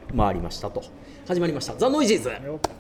回りましたと。始まりましたザ・ノイジーズ。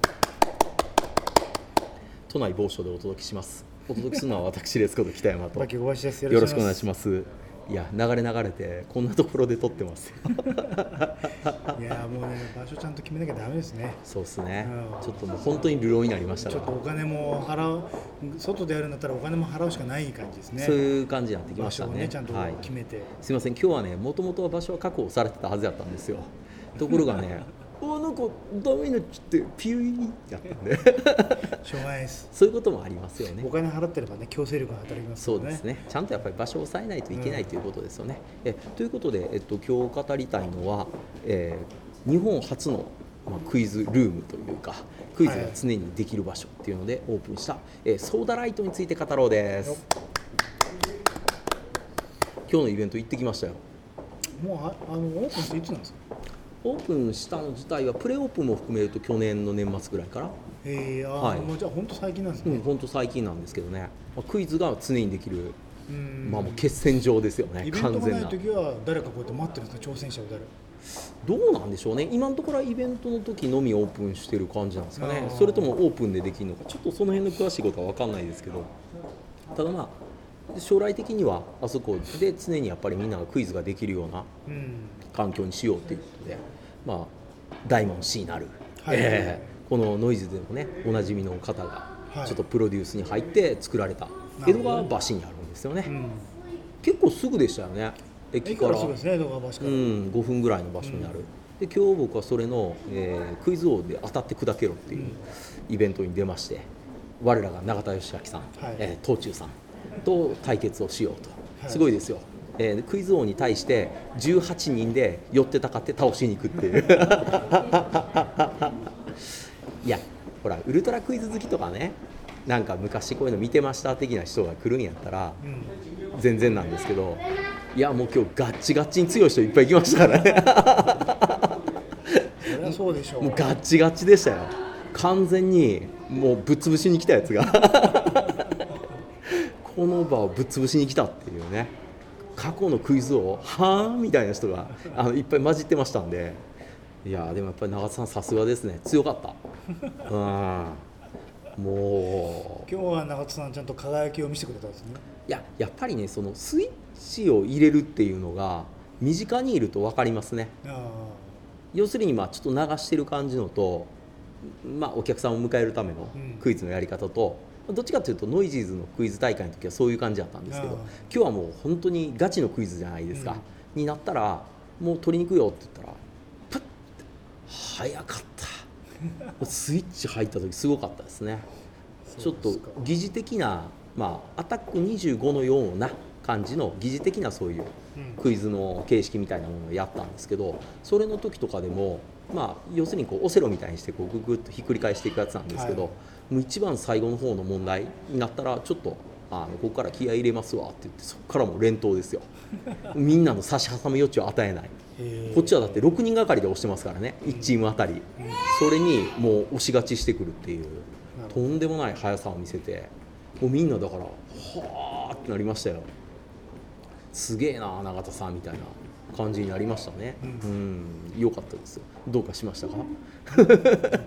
都内某所でお届けします。お届けするのは私ですこと北山とバキ小林です。 よろしくお願いします。いや流れてこんなところで撮ってますよいやもうね、場所ちゃんと決めなきゃダメですね。 そうですね、ちょっともう本当に流浪になりましたから、 ちょっとお金も払う、外でやるんだったらお金も払うしかない感じですね。 そういう感じになってきま場したね。 所をねちゃんと決めて、 すいません、今日はねもともとは場所は確保されてたはずだったんですよ。ところがねなんかダメになっちゃってピュイってやったんでしょうがないです。 そういうこともありますよね。 お金払ってればね、強制力が働きますからね。 そうですね、ちゃんとやっぱり場所を抑えないといけないということですよね。ということで、今日語りたいのは、日本初の、クイズルームというかクイズが常にできる場所っていうのでオープンした、ソーダライトについて語ろうです。今日のイベント行ってきましたよ。 もうオープンしていつなんですか？ オープンしたの自体はプレオープンも含めると去年の年末ぐらいから、 はい、もうじゃあ本当最近なんですね。 本当最近なんですけどね、クイズが常にできる、もう決戦場ですよね。 イベントがない時は誰かこうやって待ってるんですか？挑戦者を誰？ どうなんでしょうね。今のところはイベントの時のみオープンしてる感じなんですかね。それともオープンでできるのか、ちょっとその辺の詳しいことは分かんないですけど、ただ将来的にはあそこで常にやっぱりみんながクイズができるような環境にしようということで、大門シーなる、このノイズでもねおなじみの方がちょっとプロデュースに入って作られた江戸川橋にあるんですよね。結構すぐでしたよね。駅から5分ぐらいの場所にある。で今日僕はそれの、クイズ王で当たって砕けろっていうイベントに出まして、我らが永田義明さん、東中さんと対決をしようと。すごいですよ。クイズ王に対して18人で寄ってたかって倒しに行くっていういやほらウルトラクイズ好きとかね、なんか昔こういうの見てました的な人が来るんやったら全然なんですけど、いやもう今日ガッチガッチに強い人いっぱい来ましたからねそりゃそうでしょう。 もうガッチガチでしたよ。完全にもうぶっ潰しに来たやつがこの場をぶっ潰しに来たっていうね、過去のクイズ王はーみたいな人がいっぱい混じってましたんで、いやでもやっぱり永田さんさすがですね、強かったもう今日は永田さんちゃんと輝きを見せてくれたんですね。 やっぱりね、そのスイッチを入れるっていうのが身近にいると分かりますね。要するにちょっと流してる感じのと、お客さんを迎えるためのクイズのやり方と、どっちかというとノイジーズのクイズ大会の時はそういう感じだったんですけど、今日はもう本当にガチのクイズじゃないですか、になったらもう取りに行くよって言ったらパッて早かったスイッチ入った時すごかったですね。ちょっと疑似的な、アタック25のような感じの疑似的なそういうクイズの形式みたいなものをやったんですけど、それの時とかでも要するにオセロみたいにしてググッとひっくり返していくやつなんですけど、もう一番最後の方の問題になったらちょっとここから気合い入れますわって言って、そこからもう連投ですよみんなの差し挟む余地を与えない。こっちはだって6人がかりで押してますからね、1チームあたり。それにもう押し勝ちしてくるっていうとんでもない速さを見せて、もうみんなだからはーってなりましたよ。すげえな永田さんみたいな感じになりましたね。良かったですよ。どうかしましたか？ 子供が迷子っぽくなって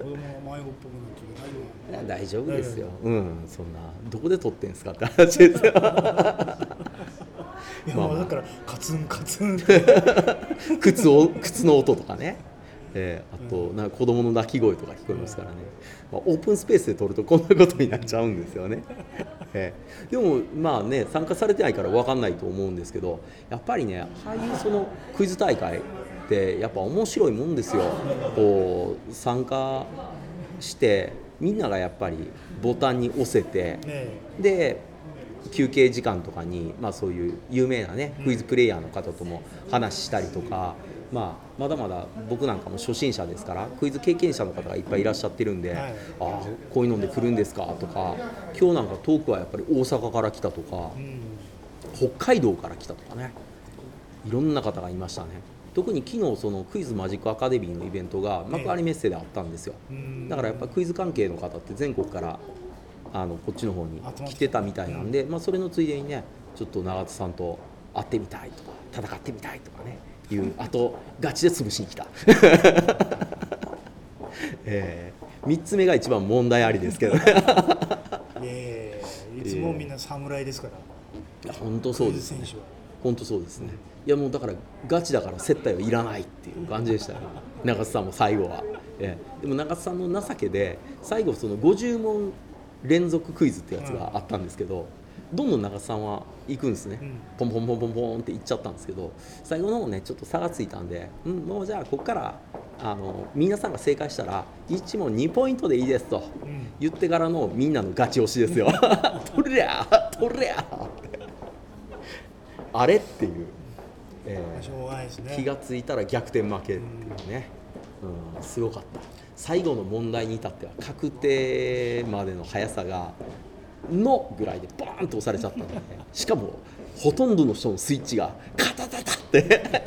大丈夫ですよ。そんなどこで撮ってんすかって話ですよ。 いやだからカツンカツンって靴の音とかね、あと子供の泣き声とか聞こえますからね。オープンスペースで撮るとこんなことになっちゃうんですよね。でも参加されてないから分かんないと思うんですけど、やっぱりねああいうそのクイズ大会ってやっぱ面白いもんですよ。こう参加してみんながやっぱりボタンに押せて、で休憩時間とかに、そういう有名なねクイズプレイヤーの方とも話したりとか、まだまだ僕なんかも初心者ですからクイズ経験者の方がいっぱいいらっしゃってるんで、こういうので来るんですかとか、今日なんかトークはやっぱり大阪から来たとか、北海道から来たとかね、いろんな方がいましたね。特に昨日そのクイズマジックアカデミーのイベントが幕張メッセであったんですよ。だからやっぱクイズ関係の方って全国からこっちの方に来てたみたいなんで、それのついでにねちょっと永田さんと会ってみたいとか戦ってみたいとかねいうあとガチで潰しに来た、3つ目が一番問題ありですけどねいつもみんな侍ですから、 本当そうですね、本当そうですね。いやもうだからガチだから接待はいらないっていう感じでしたよ中津さんも最後は、でも中津さんの情けで最後その50問連続クイズってやつがあったんですけど、どんどん中津さんは行くんですね、ポンポンポンポンポンって行っちゃったんですけど、最後の方ねちょっと差がついたんで、もうじゃあここから皆さんが正解したら1問2ポイントでいいですと言ってからのみんなのガチ押しですよ取れゃ取れゃあれっていう、 しょうがないですね、 気がついたら逆転負けっていうね、すごかった。最後の問題に至っては確定までの速さがのぐらいでバーンと押されちゃったので、しかもほとんどの人のスイッチがカタタタって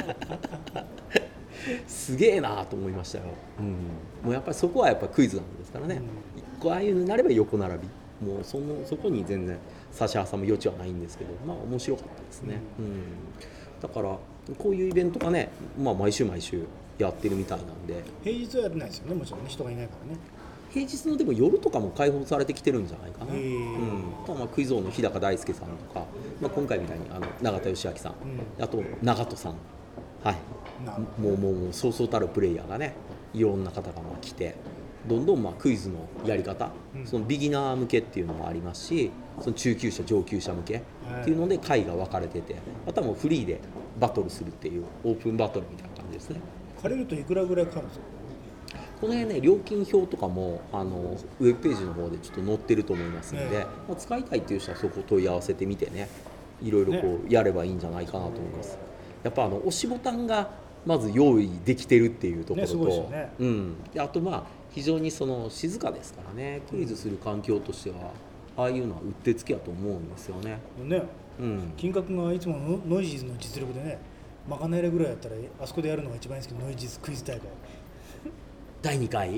すげえなと思いましたよ、もうやっぱりそこはやっぱクイズなんですからね、ああいうのになれば横並び、もうそこに全然差し挟む余地はないんですけど、まあ面白かったですね、だからこういうイベントがね、毎週毎週やってるみたいなんで。 平日はやってないですよね、もちろんね、人がいないからね。 平日のでも夜とかも開放されてきてるんじゃないかな、クイズ王の日高大輔さんとか、今回みたいに永田義明さん、あと長門さん、もうそうそうたるプレイヤーがね、いろんな方が来て、どんどんクイズのやり方、そのビギナー向けっていうのもありますし、その中級者上級者向けっていうので会が分かれてて、あとはもうフリーでバトルするっていうオープンバトルみたいな感じですね。 借りるといくらぐらいかかるんですか？ この辺ね、料金表とかもウェブページの方でちょっと載ってると思いますので、使いたいっていう人はそこを問い合わせてみてね、いろいろこうやればいいんじゃないかなと思います。やっぱ押しボタンがまず用意できてるっていうところと、であと非常に静かですからね、クイズする環境としてはああいうのはうってつけやと思うんですよね。 金額がいつものノイジーズの実力でね、賄えるぐらいやったらあそこでやるのが一番いいですけど、ノイジーズクイズ大会第2回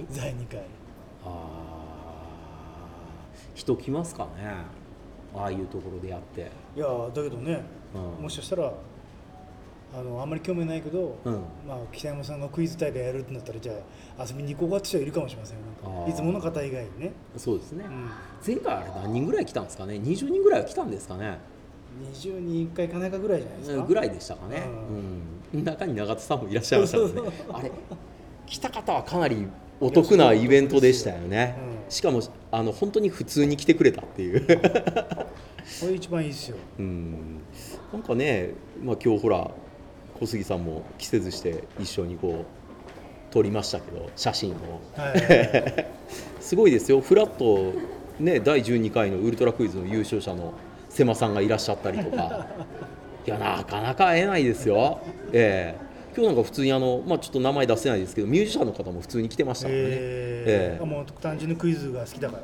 人来ますかね、ああいうところでやって。 いやだけどね、もしかしたらあんまり興味ないけど、北山さんがクイズ大会やるってなったら、じゃあ遊びに行こうかって人はいるかもしれませんよ、いつもの方以外にね。 そうですね、前回あれ何人ぐらい来たんですかね、20人ぐらいは来たんですかね。 20人1回かないかぐらいじゃないですか。 ぐらいでしたかね、中に永田さんもいらっしゃいましたからねあれ来た方はかなりお得なイベントでしたよね、しかも本当に普通に来てくれたっていうこれ一番いいですよ。 なんかね、今日ほら小杉さんも季節して一緒にこう撮りましたけど写真を、すごいですよ、フラットね、第12回のウルトラクイズの優勝者の瀬間さんがいらっしゃったりとかいやなかなか会えないですよ。今日なんか普通にちょっと名前出せないですけどミュージシャンの方も普通に来てましたからね。 もう単純にクイズが好きだから。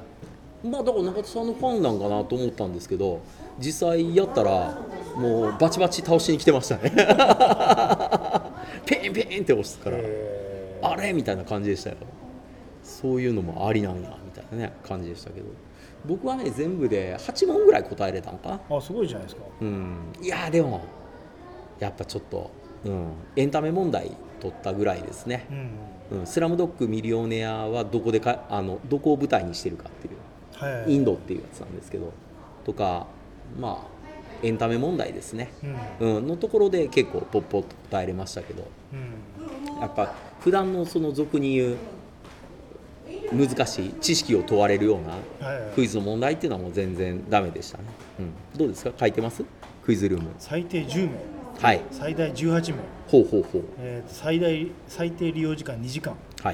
だから中田さんのファンなんかなと思ったんですけど、実際やったらもうバチバチ倒しに来てましたねペンペンって押すから、あれみたいな感じでしたよ。そういうのもありなんやみたいなね感じでしたけど、僕はね全部で8問ぐらい答えれたのかな。すごいじゃないですか。 いやでもやっぱちょっと、エンタメ問題取ったぐらいですね。スラムドッグミリオネアはどこを舞台にしてるかっていう、インドっていうやつなんですけどとか、エンタメ問題ですね、のところで結構ポッポッと答えれましたけど、やっぱ普段の俗に言う難しい知識を問われるようなクイズの問題っていうのはもう全然ダメでしたね。どうですか、書いてます？クイズルーム最低10名、最大18名、最低利用時間2時間、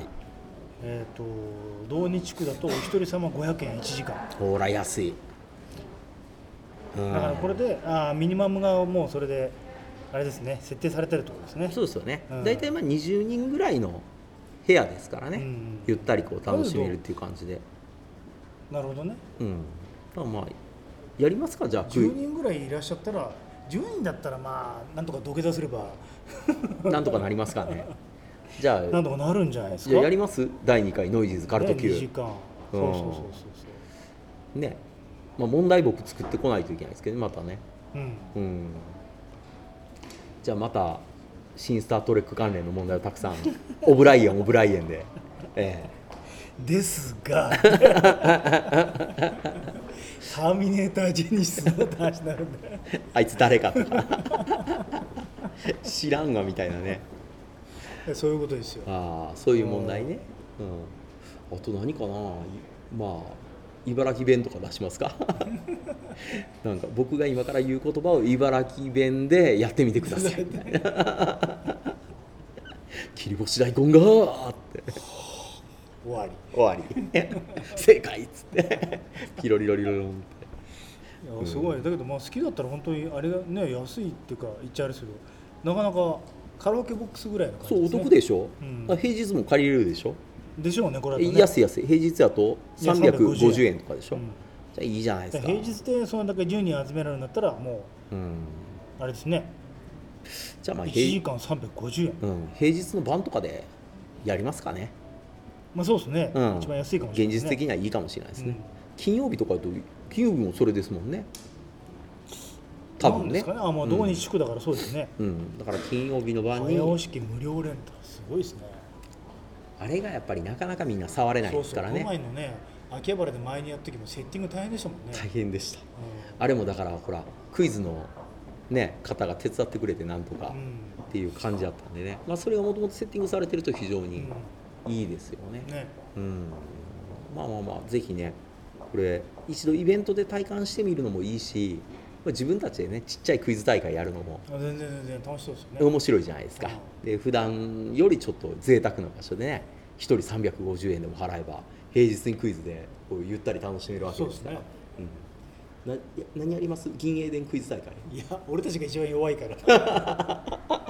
同日区だとお一人様500円1時間。 ほら安い。 だからこれでミニマムがもうそれであれですね、設定されてるってことですね。 そうですよね、大体20人ぐらいの部屋ですからね、ゆったりこう楽しめるっていう感じで。 なるほどね。 やりますか、じゃあ 10人ぐらいいらっしゃったら、10人だったらなんとか土下座すればなんとかなりますかねじゃあなんとかなるんじゃないですか。 じゃあやります、第2回ノイジーズカルト級、 2時間。そうね、問題僕作ってこないといけないですけどまたね。じゃあまた新スター・トレック関連の問題をたくさんオブライエンで、 ですがターミネータージェニシスの話になるんだよあいつ誰かとか知らんわみたいなね。 そういうことですよ。 ああ、そういう問題ね、あと何かな、まあ茨城弁とか出しますかなんか僕が今から言う言葉を茨城弁でやってみてくださいみたいな切り干し大根がーって終わり正解っつってピロリロリロロンって。 いやすごい、だけどまあ好きだったら本当にあれがね、安いっていうか言っちゃあれですけど、なかなかカラオケボックスぐらいの感じですね。 そうお得でしょ、平日も借りれるでしょ。 でしょうね、これだとね。 安い平日だと350円とかでしょ、じゃあいいじゃないですか。 平日でそれだけ10人集められるんだったらもう、あれですね、 じゃあまあ 1時間350円、 平日の晩とかでやりますかね。 まあそうですね、一番安いかもしれない、 現実的にはいいかもしれないですね、金曜日とかだと金曜日もそれですもんね、多分ね。 ですかね、まあ土日祝だからそうですね、 だから金曜日の晩に早押し機無料レンタル、すごいですね。 あれがやっぱりなかなかみんな触れないですからね。 そうそう、この前のね、秋葉原で前にやった時もセッティング大変でしたもんね。 大変でした、あれもだからほらクイズのね方が手伝ってくれてなんとかっていう感じだったんでね、まあ、それがもともとセッティングされてると非常にいいですよね。まあまあまあぜひねこれ一度イベントで体感してみるのもいいし、自分たちでねちっちゃいクイズ大会やるのも全然楽しそうですよね。 面白いじゃないですか。で普段よりちょっと贅沢な場所でね1人350円でも払えば平日にクイズでこうゆったり楽しめるわけですから。何やります？銀英伝クイズ大会。 いや俺たちが一番弱いから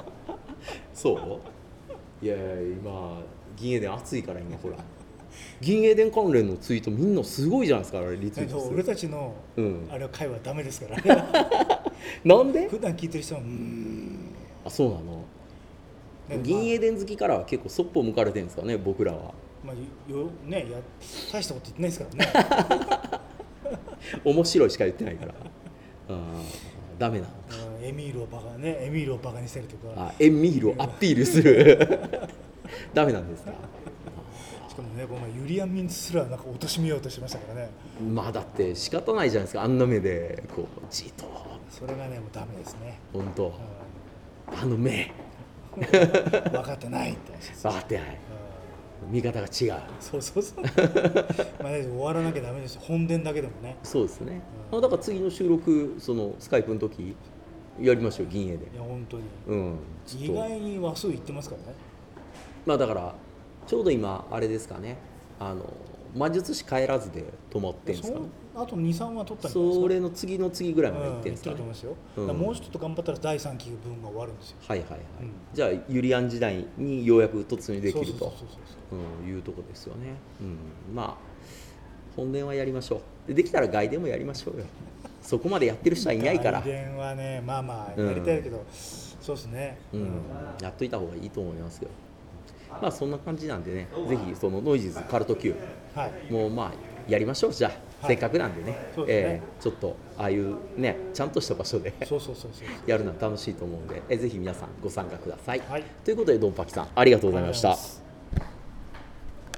そういや今銀英伝熱いから今ほら銀英伝関連のツイートみんなすごいじゃないですか。あれリツイート俺たちの、あれは会話ダメですからなんで？ 普段聞いてる人はあ、そうなの。銀英伝好きからは結構そっぽ向かれてるんですかね、僕らは。 まあ大したこと言ってないですからね面白いしか言ってないからダメなのか。 エミールをバカにしたりとか、 エミールをアピールするダメなんですか。 しかもね、このユリアンミンすらなんか貶めようとしましたからね。 まあだって仕方ないじゃないですか、あんな目でこうじっと。 それがねもうダメですね。 本当、あの目分かってないって話です。 分かってない、見方が違う。 そうまあ終わらなきゃダメですよ、本殿だけでもね。 そうですね、だから次の収録そのスカイプの時やりましょう、銀英で。 いや本当に、 意外に話数いってますからね。 まあだからちょうど今あれですかね、魔術師帰らずで止まってんですかね。 あと 2,3 は取ったんじゃないですか。 それの次の次ぐらいまで行ってんですかね。 と思いますよ。もうちょっと頑張ったら第3期分が終わるんですよ。じゃあユリアン時代にようやく突入できるというところですよね。まあ本殿はやりましょう。できたら外伝もやりましょうよ。そこまでやってる人はいないから。 外伝はね、まあやりたいけど、そうですね。 やっといた方がいいと思いますよ。まあそんな感じなんでね、ぜひそのノイジーズカルト Q もうまあやりましょう。じゃあせっかくなんでね、ちょっとああいうねちゃんとした場所でやるのは楽しいと思うんで、ぜひ皆さんご参加ください。ということでドンパキさんありがとうございました。